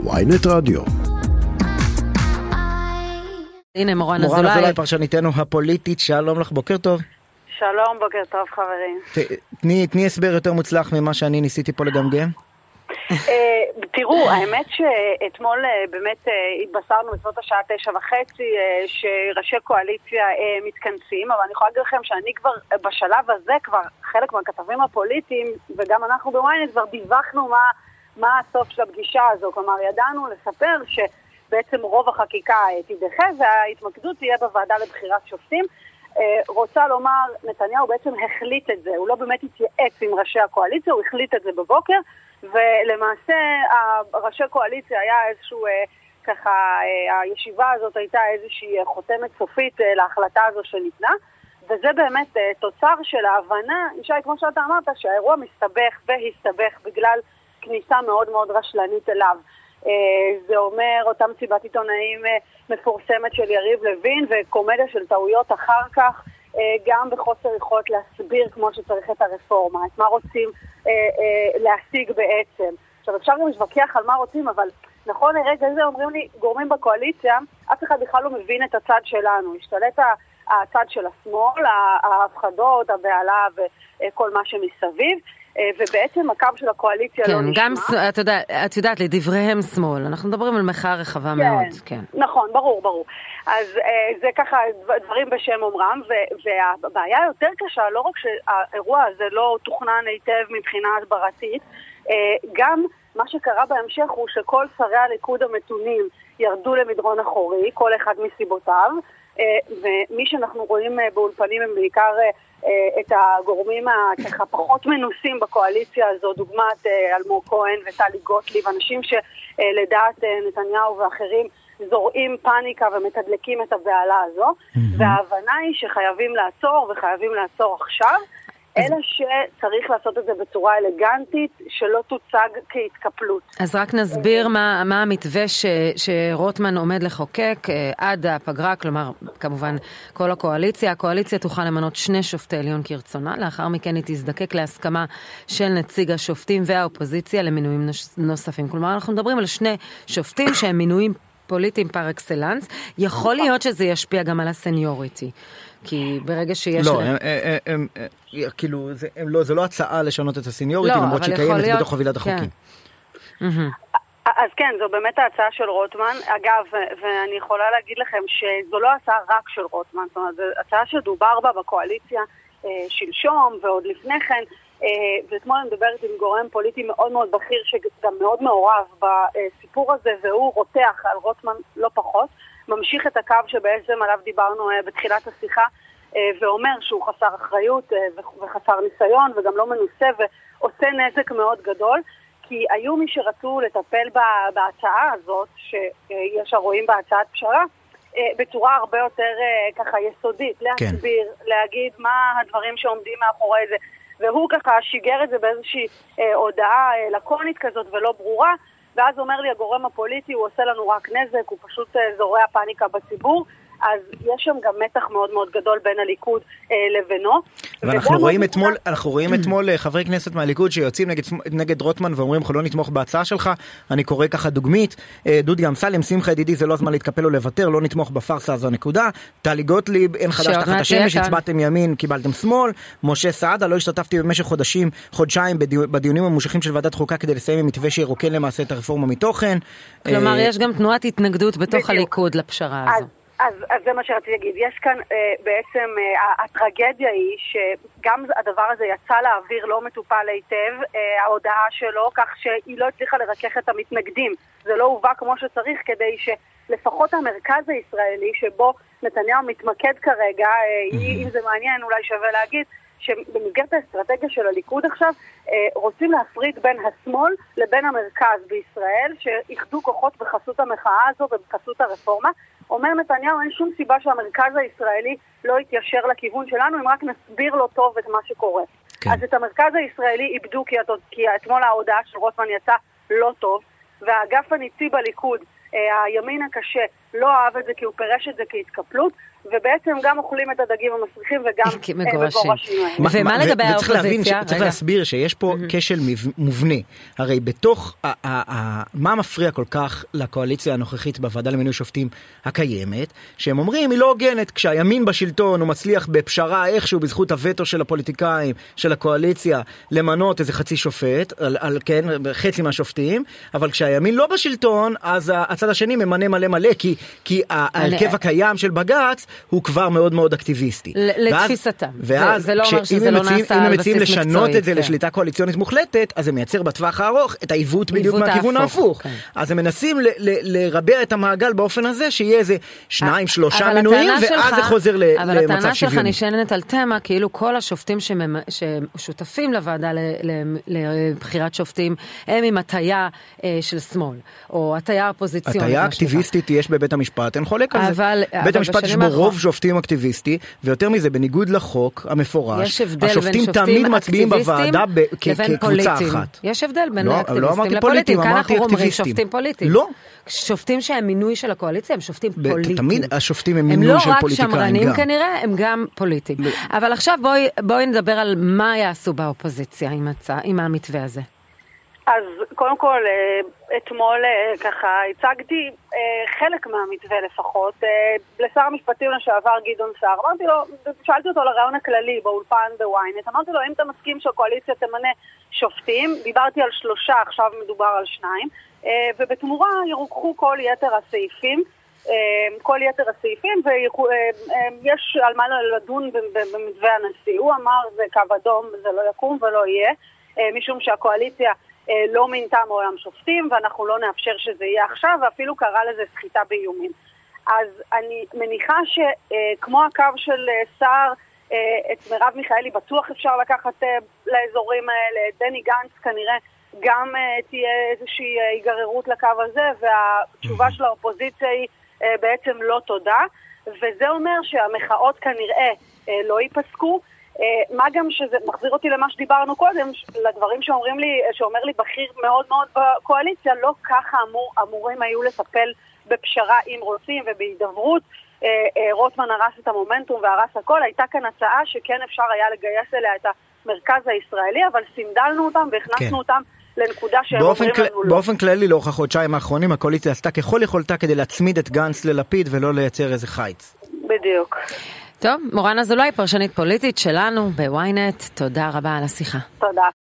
ynet רדיו. הנה מורן אזולאי, פרשניתנו הפוליטית, שלום לך, בוקר טוב. שלום, בוקר טוב חברים. תני הסבר יותר מוצלח ממה שאני ניסיתי פה לגמגם. תראו, האמת שאתמול באמת התבשרנו בסביבות השעה 9:30 שראשי קואליציה מתכנסים, אבל אני יכולה להגיד לכם שאני כבר בשלב הזה, כבר חלק מהכתבים הפוליטיים וגם אנחנו בוויינט כבר דיווחנו מה הסוף של הפגישה הזו. כלומר, ידענו לספר שבעצם רוב החקיקה תידחה וההתמקדות תהיה בוועדה לבחירת שופטים. רוצה לומר, נתניהו בעצם החליט את זה, הוא לא באמת התייעץ עם ראשי הקואליציה, הוא החליט את זה בבוקר, ולמעשה ראשי קואליציה היה איזשהו, ככה, הישיבה הזאת הייתה איזושהי חותמת סופית להחלטה הזו שניתנה, וזה באמת תוצר של ההבנה, ישי, כמו שאתה אמרת, שהאירוע מסתבך והסתבך בגלל כניסה מאוד מאוד רשלנית אליו. זה אומר אותם סיבת עיתונאים מפורסמת של יריב לוין וקומדיה של טעויות אחר כך, גם בחוסר יכולת להסביר כמו שצריך את הרפורמה, את מה רוצים להשיג בעצם. עכשיו אפשר גם להתווכח על מה רוצים, אבל נכון לרגע זה אומרים לי גורמים בקואליציה, אף אחד בכלל לא מבין את הצד שלנו, השתלט הצד של השמאל, ההפחדות, הבעלה וכל מה שמסביב, ובעצם הקו של הקואליציה לא נשמע. גם, את יודעת, לדבריהם שמאל. אנחנו מדברים על מחאה רחבה מאוד. כן. נכון, ברור. אז זה ככה דברים בשם אומרם, והבעיה יותר קשה, לא רק שהאירוע הזה לא תוכנן היטב מבחינה הסברתית, גם מה שקרה בהמשך הוא שכל שרי הליכוד המתונים ירדו למדרון אחורי, כל אחד מסיבותיו, ומי שאנחנו רואים באולפנים הם בעיקר את הגורמים הככה פחות מנוסים בקואליציה הזו, דוגמת אלמוג כהן וטלי גוטליב, אנשים שלדעת נתניהו ואחרים זורעים פאניקה ומתדלקים את הבעלה הזו, וההבנה היא שחייבים לעצור וחייבים לעצור עכשיו, אלא שצריך לעשות את זה בצורה אלגנטית, שלא תוצג כהתקפלות. אז רק נסביר מה המתווה שרוטמן עומד לחוקק עד הפגרה, כלומר, כמובן, כל הקואליציה. הקואליציה תוכל למנות 2 שופטי עליון כרצונה, לאחר מכן היא תזדקק להסכמה של נציג השופטים והאופוזיציה למינויים נוספים. כלומר, אנחנו מדברים על 2 שופטים שהם מינויים פוליטיים פר אקסלנס. יכול להיות שזה ישפיע גם על הסניוריטי. כי ברגע שיש... לא, כאילו, זה לא הצעה לשנות את הסניוריטי, למרות שהיא קיימת בתוך חבילת החוקים. אז כן, זו באמת ההצעה של רוטמן. אגב, ואני יכולה להגיד לכם שזו לא הצעה רק של רוטמן, זאת אומרת, זו הצעה שדובר בה בקואליציה שלשום ועוד לפני כן, ואתמול אני מדברת עם גורם פוליטי מאוד מאוד בכיר, שגם מאוד מעורב בסיפור הזה, והוא רותח על רוטמן לא פחות, ממשיך את הקו שבעצם עליו דיברנו בתחילת השיחה, ואומר שהוא חסר אחריות וחסר ניסיון וגם לא מנוסה ועושה נזק מאוד גדול, כי היו מי שרצו לטפל בהצעה הזאת, שיש הרואים בהצעת פשרה, בצורה הרבה יותר ככה יסודית, להסביר, להגיד מה הדברים שעומדים מאחורי זה, והוא ככה שיגר את זה באיזושהי הודעה לקונית כזאת ולא ברורה, ואז אומר לי הגורם הפוליטי, הוא עושה לנו רק נזק, הוא פשוט זורע פאניקה בציבור, אז יש שם גם מתח מאוד מאוד גדול בין הליכוד לבינו. ואנחנו רואים אתמול חברי כנסת מהליכוד שיוצאים נגד רוטמן ואומרים, אנחנו לא נתמוך בהצעה שלך. אני קורא ככה דוגמית, דודי אמסלם, שמחה ידידי, זה לא הזמן להתקפל או לוותר, לא נתמוך בפרסה הזו, נקודה. טלי גוטליב, אין חדש תחת השמש, הצבעתם ימין, קיבלתם שמאל. משה סעדה, לא השתתפתי במשך חודשיים בדיונים הממושכים של ועדת חוקה כדי לסיים עם מתווה שירוקן למעשה את הרפורמה מתוכן. כלומר, יש גם תנועת התנגדות בתוך הליכוד לפשרה הזו. אז זה מה שרציתי להגיד. יש כאן בעצם, הטרגדיה היא שגם הדבר הזה יצא לאוויר לא מטופל היטב, ההודעה שלו, כך שהיא לא הצליחה לרכך את המתנגדים. זה לא הובא כמו שצריך כדי שלפחות המרכז הישראלי שבו נתניהו מתמקד כרגע, אם זה מעניין אולי שווה להגיד, שבמסגרת האסטרטגיה של הליכוד עכשיו רוצים להפריד בין השמאל לבין המרכז בישראל, שיחדו כוחות בחסות המחאה הזו ובחסות הרפורמה. אומר נתניהו, אין שום סיבה שהמרכז הישראלי לא יתיישר לכיוון שלנו, אם רק נסביר לו טוב את מה שקורה. כן. אז את המרכז הישראלי איבדו, כי אתמול ההודעה של רוטמן יצא לא טוב, והאגף הניצי בליכוד, הימין הקשה, לא אהב את זה כי הוא פירש את זה כהתקפלות. ובעצם גם אוכלים את הדגים המסריחים וגם מגורשים. ומה לגבי האופוזיציה? צריך להסביר שיש פה כשל מובנה. הרי בתוך, מה מפריע כל כך לקואליציה הנוכחית בוועדה למינוי שופטים הקיימת, שהם אומרים, היא לא הוגנת, כשהימין בשלטון הוא מצליח בפשרה איכשהו בזכות הווטו של הפוליטיקאים, של הקואליציה, למנות איזה חצי שופט, כן, חצי מהשופטים, אבל כשהימין לא בשלטון, אז הצד השני ממנה מלא מלא, כי ההרכב הקיים של בג"ץ הוא כבר מאוד מאוד אקטיביסטי. לתפיסתם. ואז, זה לא אומר שזה לא נעשה אם על הם בסיס מציעים מקצועי. לשנות את זה לשליטה קואליציונית מוחלטת, אז זה מייצר בטווח הארוך את העיוות בדיוק מהכיוון ההפוך. אז הם מנסים לרבע את המעגל באופן הזה, שיהיה איזה 2-3 מינויים, ואז זה חוזר למצב שוויוני. אבל הטענה שלך נשענת על תמה, כאילו כל השופטים ששותפים לוועדה לבחירת שופטים, הם עם הטיה של שמאל, או הטיה אופוזיציונית. הטיה אקטיביסטית יש בבית המשפט, אין חולק על זה. בית המשפט יש בו רוב שופטים אקטיביסטי, ויותר מזה, בניגוד לחוק המפורש, השופטים תמיד מצביעים בוועדה כקבוצה אחת. יש הבדל בין אקטיביסטים לא אמרתי לפוליטיים, כאן אמרתי אנחנו אומרים אקטיביסטים. שופטים פוליטיים. לא. שופטים שהם מינוי של הקואליציה, הם שופטים פוליטיים. תמיד השופטים הם מינוי של פוליטיקאים. הם לא רק שמרנים כנראה, הם גם פוליטיים. אבל עכשיו בואי נדבר על מה יעשו באופוזיציה עם המתווה הזה. אז קודם כל, אתמול ככה הצגתי חלק מהמתווה לפחות לשר המשפטים לשעבר גדעון סער. שאלתי אותו לרעיון הכללי באולפן בוויינט, אמרתי לו, אם אתה מסכים שהקואליציה תמנה שופטים, דיברתי על 3, עכשיו מדובר על 2, ובתמורה ירוקחו כל יתר הסעיפים, ויש על מה לדון במתווה הנשיא. הוא אמר, זה קו אדום, זה לא יקום ולא יהיה, משום שהקואליציה לא מינתה מעולם שופטים, ואנחנו לא נאפשר שזה יהיה עכשיו, ואפילו קרא לזה סחיטה באיומים. אז אני מניחה שכמו הקו של סער, את מרב מיכאלי בטוח אפשר לקחת לאזורים האלה, דני גנץ כנראה גם תהיה איזושהי היגררות לקו הזה, והתשובה של האופוזיציה היא בעצם לא תודה, וזה אומר שהמחאות כנראה לא ייפסקו, מה גם שזה מחזיר אותי למה שדיברנו קודם, לדברים שאומר לי בכיר מאוד מאוד בקואליציה, לא ככה אמורים היו לטפל בפשרה אם רוצים ובהידברות. רוטמן הרס את המומנטום והרס הכל, הייתה כאן הצעה שכן אפשר היה לגייס אליה את המרכז הישראלי, אבל סינדלנו אותם והכנסנו אותם לנקודה שהם אומרים לנו לא. באופן כללי לאורך החודשיים האחרונים הקואליציה עשתה ככל יכולתה כדי להצמיד את גנץ ללפיד ולא לייצר איזה חיץ. בדיוק. טוב, מורן אזולאי, פרשנית פוליטית שלנו בוויינט, תודה רבה על השיחה. תודה.